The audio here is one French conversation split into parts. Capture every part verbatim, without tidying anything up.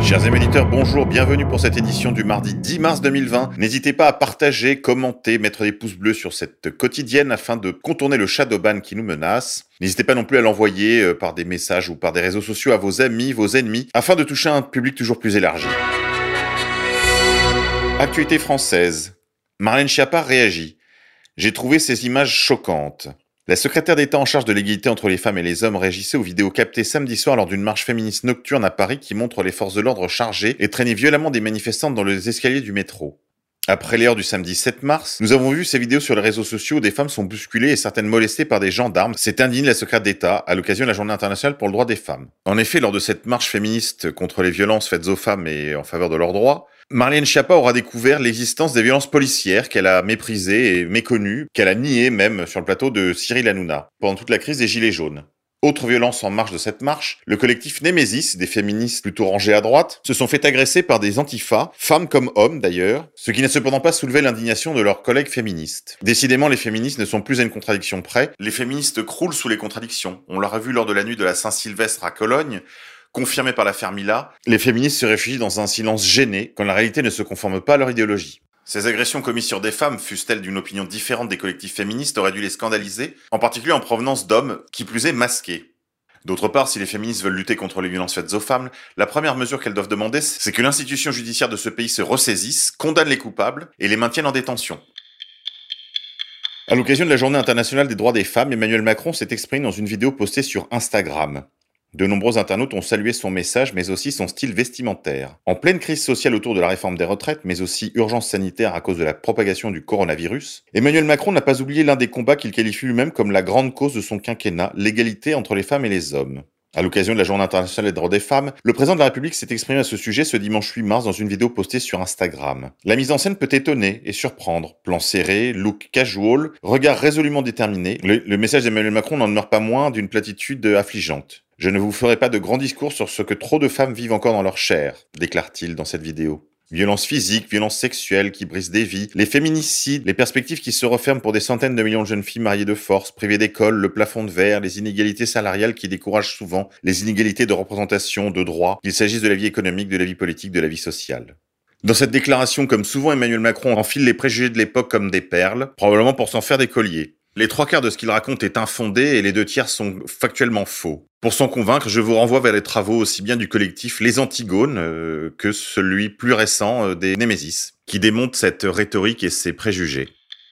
Chers amis auditeurs, bonjour, bienvenue pour cette édition du mardi dix mars deux mille vingt. N'hésitez pas à partager, commenter, mettre des pouces bleus sur cette quotidienne afin de contourner le shadow ban qui nous menace. N'hésitez pas non plus à l'envoyer par des messages ou par des réseaux sociaux à vos amis, vos ennemis, afin de toucher un public toujours plus élargi. Actualité française. Marlène Schiappa réagit. J'ai trouvé ces images choquantes. La secrétaire d'État en charge de l'égalité entre les femmes et les hommes réagissait aux vidéos captées samedi soir lors d'une marche féministe nocturne à Paris qui montre les forces de l'ordre chargées et traîner violemment des manifestantes dans les escaliers du métro. Après les heures du samedi sept mars, nous avons vu ces vidéos sur les réseaux sociaux où des femmes sont bousculées et certaines molestées par des gendarmes. C'est indigne la secrétaire d'État à l'occasion de la Journée internationale pour le droit des femmes. En effet, lors de cette marche féministe contre les violences faites aux femmes et en faveur de leurs droits, Marlène Schiappa aura découvert l'existence des violences policières qu'elle a méprisées et méconnues, qu'elle a niées même sur le plateau de Cyril Hanouna, pendant toute la crise des Gilets jaunes. Autre violence en marge de cette marche, le collectif Némésis, des féministes plutôt rangées à droite, se sont fait agresser par des antifas, femmes comme hommes d'ailleurs, ce qui n'a cependant pas soulevé l'indignation de leurs collègues féministes. Décidément, les féministes ne sont plus à une contradiction près, les féministes croulent sous les contradictions. On l'a revu lors de la nuit de la Saint-Sylvestre à Cologne, confirmé par l'affaire Mila, les féministes se réfugient dans un silence gêné quand la réalité ne se conforme pas à leur idéologie. Ces agressions commises sur des femmes, fussent-elles d'une opinion différente des collectifs féministes, auraient dû les scandaliser, en particulier en provenance d'hommes, qui plus est masqués. D'autre part, si les féministes veulent lutter contre les violences faites aux femmes, la première mesure qu'elles doivent demander, c'est que l'institution judiciaire de ce pays se ressaisisse, condamne les coupables et les maintienne en détention. À l'occasion de la Journée internationale des droits des femmes, Emmanuel Macron s'est exprimé dans une vidéo postée sur Instagram. De nombreux internautes ont salué son message, mais aussi son style vestimentaire. En pleine crise sociale autour de la réforme des retraites, mais aussi urgence sanitaire à cause de la propagation du coronavirus, Emmanuel Macron n'a pas oublié l'un des combats qu'il qualifie lui-même comme la grande cause de son quinquennat, l'égalité entre les femmes et les hommes. À l'occasion de la Journée internationale des droits des femmes, le président de la République s'est exprimé à ce sujet ce dimanche huit mars dans une vidéo postée sur Instagram. La mise en scène peut étonner et surprendre. Plan serré, look casual, regard résolument déterminé. Le, le message d'Emmanuel Macron n'en demeure pas moins d'une platitude affligeante. Je ne vous ferai pas de grands discours sur ce que trop de femmes vivent encore dans leur chair, déclare-t-il dans cette vidéo. Violences physiques, violences sexuelles qui brisent des vies, les féminicides, les perspectives qui se referment pour des centaines de millions de jeunes filles mariées de force, privées d'école, le plafond de verre, les inégalités salariales qui découragent souvent, les inégalités de représentation, de droits, qu'il s'agisse de la vie économique, de la vie politique, de la vie sociale. Dans cette déclaration, comme souvent Emmanuel Macron enfile les préjugés de l'époque comme des perles, probablement pour s'en faire des colliers. Les trois quarts de ce qu'il raconte est infondé et les deux tiers sont factuellement faux. Pour s'en convaincre, je vous renvoie vers les travaux aussi bien du collectif Les Antigones euh, que celui plus récent euh, des Némésis, qui démontre cette rhétorique et ses préjugés.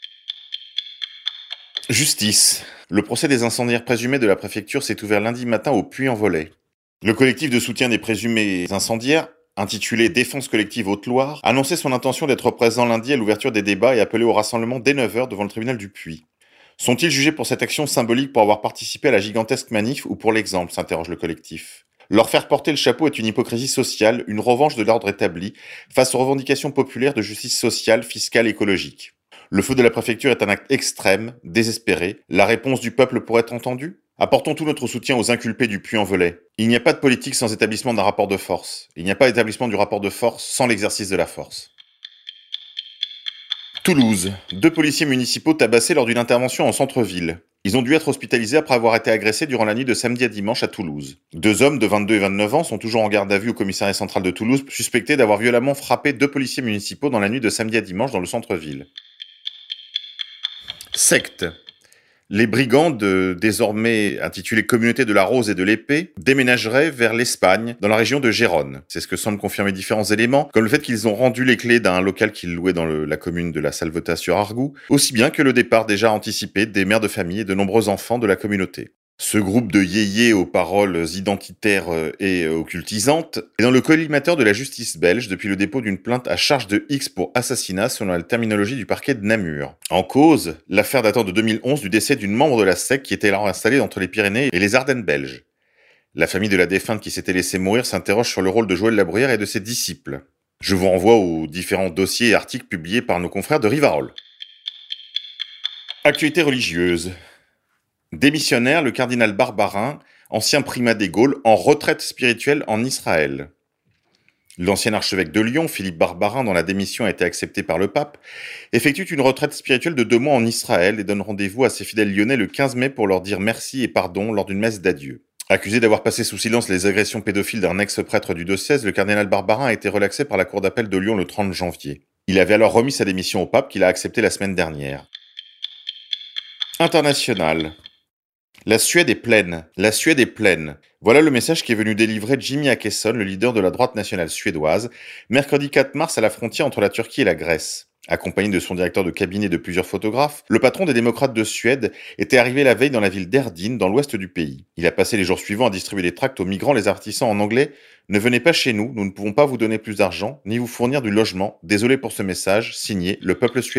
Justice. Le procès des incendiaires présumés de la préfecture s'est ouvert lundi matin au Puy-en-Velay. Le collectif de soutien des présumés incendiaires, intitulé Défense collective Haute-Loire, annonçait son intention d'être présent lundi à l'ouverture des débats et appelé au rassemblement dès neuf heures devant le tribunal du Puy. Sont-ils jugés pour cette action symbolique pour avoir participé à la gigantesque manif ou pour l'exemple, s'interroge le collectif. Leur faire porter le chapeau est une hypocrisie sociale, une revanche de l'ordre établi, face aux revendications populaires de justice sociale, fiscale et écologique. Le feu de la préfecture est un acte extrême, désespéré. La réponse du peuple pourrait être entendue ? Apportons tout notre soutien aux inculpés du Puy-en-Velay. Il n'y a pas de politique sans établissement d'un rapport de force. Il n'y a pas d'établissement du rapport de force sans l'exercice de la force. Toulouse. Deux policiers municipaux tabassés lors d'une intervention en centre-ville. Ils ont dû être hospitalisés après avoir été agressés durant la nuit de samedi à dimanche à Toulouse. Deux hommes de vingt-deux et vingt-neuf ans sont toujours en garde à vue au commissariat central de Toulouse, suspectés d'avoir violemment frappé deux policiers municipaux dans la nuit de samedi à dimanche dans le centre-ville. Secte. Les brigands, de, désormais intitulés Communauté de la Rose et de l'Épée, déménageraient vers l'Espagne, dans la région de Gérone. C'est ce que semblent confirmer différents éléments, comme le fait qu'ils ont rendu les clés d'un local qu'ils louaient dans le, la commune de la Salvetat-sur-Argout, aussi bien que le départ déjà anticipé des mères de famille et de nombreux enfants de la communauté. Ce groupe de yéyés aux paroles identitaires et occultisantes est dans le collimateur de la justice belge depuis le dépôt d'une plainte à charge de X pour assassinat selon la terminologie du parquet de Namur. En cause, l'affaire datant de deux mille onze du décès d'une membre de la secte qui était alors installée entre les Pyrénées et les Ardennes belges. La famille de la défunte qui s'était laissée mourir s'interroge sur le rôle de Joël Labruyère et de ses disciples. Je vous renvoie aux différents dossiers et articles publiés par nos confrères de Rivarol. Actualité religieuse. Démissionnaire, le cardinal Barbarin, ancien primat des Gaules, en retraite spirituelle en Israël. L'ancien archevêque de Lyon, Philippe Barbarin, dont la démission a été acceptée par le pape, effectue une retraite spirituelle de deux mois en Israël et donne rendez-vous à ses fidèles lyonnais le quinze mai pour leur dire merci et pardon lors d'une messe d'adieu. Accusé d'avoir passé sous silence les agressions pédophiles d'un ex-prêtre du diocèse, le cardinal Barbarin a été relaxé par la cour d'appel de Lyon le trente janvier. Il avait alors remis sa démission au pape qu'il a accepté la semaine dernière. International. La Suède est pleine. La Suède est pleine. Voilà le message qui est venu délivrer Jimmy Åkesson, le leader de la droite nationale suédoise, mercredi quatre mars à la frontière entre la Turquie et la Grèce. Accompagné de son directeur de cabinet et de plusieurs photographes, le patron des démocrates de Suède était arrivé la veille dans la ville d'Erdin, dans l'ouest du pays. Il a passé les jours suivants à distribuer des tracts aux migrants les avertissant en anglais « Ne venez pas chez nous, nous ne pouvons pas vous donner plus d'argent, ni vous fournir du logement. Désolé pour ce message, signé le peuple suédois. »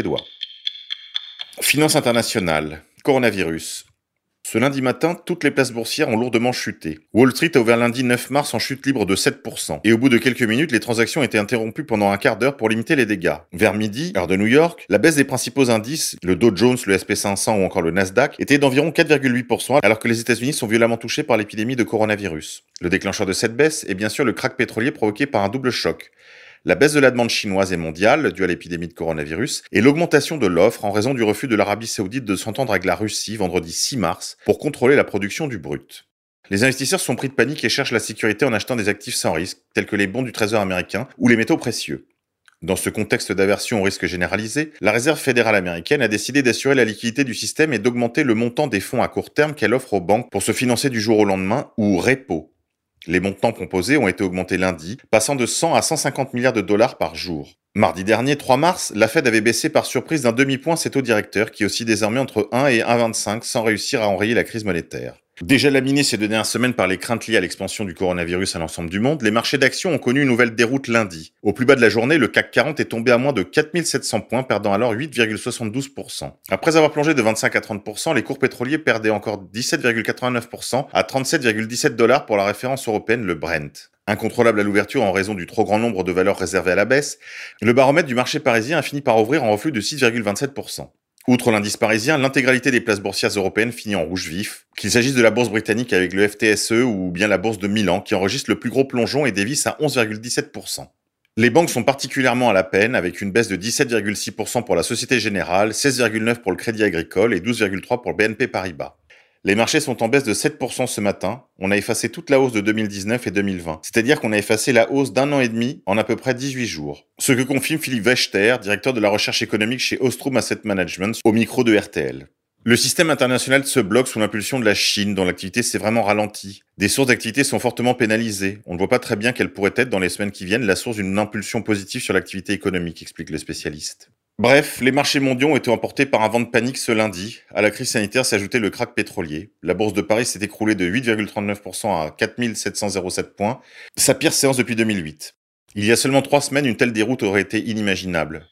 Finance internationale. Coronavirus. Ce lundi matin, toutes les places boursières ont lourdement chuté. Wall Street a ouvert lundi neuf mars en chute libre de sept pour cent. Et au bout de quelques minutes, les transactions étaient interrompues pendant un quart d'heure pour limiter les dégâts. Vers midi, heure de New York, la baisse des principaux indices, le Dow Jones, le S and P cinq cents ou encore le Nasdaq, était d'environ quatre virgule huit pour cent alors que les États-Unis sont violemment touchés par l'épidémie de coronavirus. Le déclencheur de cette baisse est bien sûr le krach pétrolier provoqué par un double choc. La baisse de la demande chinoise et mondiale, due à l'épidémie de coronavirus, et l'augmentation de l'offre en raison du refus de l'Arabie Saoudite de s'entendre avec la Russie vendredi six mars pour contrôler la production du brut. Les investisseurs sont pris de panique et cherchent la sécurité en achetant des actifs sans risque, tels que les bons du Trésor américain ou les métaux précieux. Dans ce contexte d'aversion au risque généralisé, la Réserve fédérale américaine a décidé d'assurer la liquidité du système et d'augmenter le montant des fonds à court terme qu'elle offre aux banques pour se financer du jour au lendemain, ou repo. Les montants proposés ont été augmentés lundi, passant de cent à cent cinquante milliards de dollars par jour. Mardi dernier, trois mars, la Fed avait baissé par surprise d'un demi-point ses taux directeurs, qui oscillent désormais entre un et un virgule vingt-cinq sans réussir à enrayer la crise monétaire. Déjà laminé ces deux dernières semaines par les craintes liées à l'expansion du coronavirus à l'ensemble du monde, les marchés d'actions ont connu une nouvelle déroute lundi. Au plus bas de la journée, le C A C quarante est tombé à moins de quatre mille sept cents points, perdant alors huit virgule soixante-douze pour cent. Après avoir plongé de vingt-cinq à trente pour cent, les cours pétroliers perdaient encore dix-sept virgule quatre-vingt-neuf pour cent à trente-sept virgule dix-sept dollars pour la référence européenne, le Brent. Incontrôlable à l'ouverture en raison du trop grand nombre de valeurs réservées à la baisse, le baromètre du marché parisien a fini par ouvrir en reflux de six virgule vingt-sept pour cent. Outre l'indice parisien, l'intégralité des places boursières européennes finit en rouge vif, qu'il s'agisse de la bourse britannique avec le F T S E ou bien la bourse de Milan qui enregistre le plus gros plongeon et dévisse à onze virgule dix-sept pour cent. Les banques sont particulièrement à la peine avec une baisse de dix-sept virgule six pour cent pour la Société Générale, seize virgule neuf pour le Crédit Agricole et douze virgule trois pour le B N P Paribas. Les marchés sont en baisse de sept pour cent ce matin. On a effacé toute la hausse de deux mille dix-neuf et deux mille vingt. C'est-à-dire qu'on a effacé la hausse d'un an et demi en à peu près dix-huit jours. Ce que confirme Philippe Waechter, directeur de la recherche économique chez Ostrom Asset Management, au micro de R T L. Le système international se bloque sous l'impulsion de la Chine, dont l'activité s'est vraiment ralentie. Des sources d'activité sont fortement pénalisées. On ne voit pas très bien quelle pourrait être, dans les semaines qui viennent, la source d'une impulsion positive sur l'activité économique, explique le spécialiste. Bref, les marchés mondiaux ont été emportés par un vent de panique ce lundi. À la crise sanitaire s'ajoutait le krach pétrolier. La bourse de Paris s'est écroulée de huit virgule trente-neuf pour cent à quatre mille sept cent sept points, sa pire séance depuis deux mille huit. Il y a seulement trois semaines, une telle déroute aurait été inimaginable.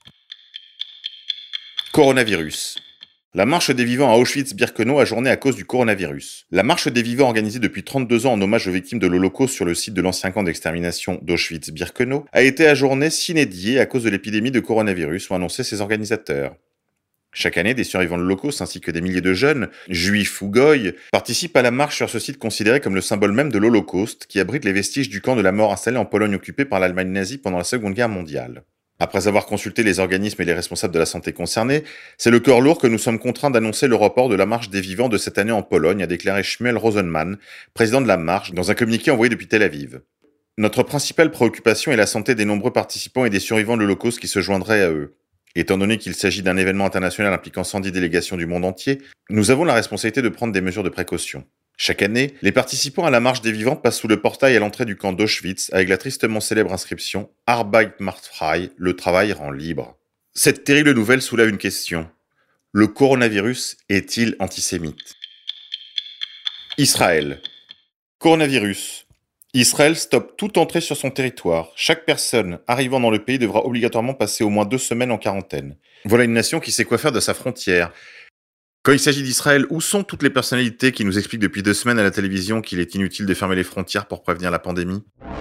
Coronavirus. La marche des vivants à Auschwitz-Birkenau a journé à cause du coronavirus. La marche des vivants organisée depuis trente-deux ans en hommage aux victimes de l'Holocauste sur le site de l'ancien camp d'extermination d'Auschwitz-Birkenau a été ajournée sine die à cause de l'épidémie de coronavirus, ont annoncé ses organisateurs. Chaque année, des survivants de l'Holocauste ainsi que des milliers de jeunes, juifs ou goïs, participent à la marche sur ce site considéré comme le symbole même de l'Holocauste, qui abrite les vestiges du camp de la mort installé en Pologne occupée par l'Allemagne nazie pendant la Seconde Guerre mondiale. Après avoir consulté les organismes et les responsables de la santé concernés, c'est le cœur lourd que nous sommes contraints d'annoncer le report de la marche des vivants de cette année en Pologne, a déclaré Shmuel Rosenman, président de la marche, dans un communiqué envoyé depuis Tel Aviv. Notre principale préoccupation est la santé des nombreux participants et des survivants de l'Holocauste qui se joindraient à eux. Étant donné qu'il s'agit d'un événement international impliquant cent dix délégations du monde entier, nous avons la responsabilité de prendre des mesures de précaution. Chaque année, les participants à la marche des vivants passent sous le portail à l'entrée du camp d'Auschwitz avec la tristement célèbre inscription « Arbeit macht frei », le travail rend libre. Cette terrible nouvelle soulève une question. Le coronavirus est-il antisémite ? Israël. Coronavirus. Israël stoppe toute entrée sur son territoire. Chaque personne arrivant dans le pays devra obligatoirement passer au moins deux semaines en quarantaine. Voilà une nation qui sait quoi faire de sa frontière. Quand il s'agit d'Israël, où sont toutes les personnalités qui nous expliquent depuis deux semaines à la télévision qu'il est inutile de fermer les frontières pour prévenir la pandémie ?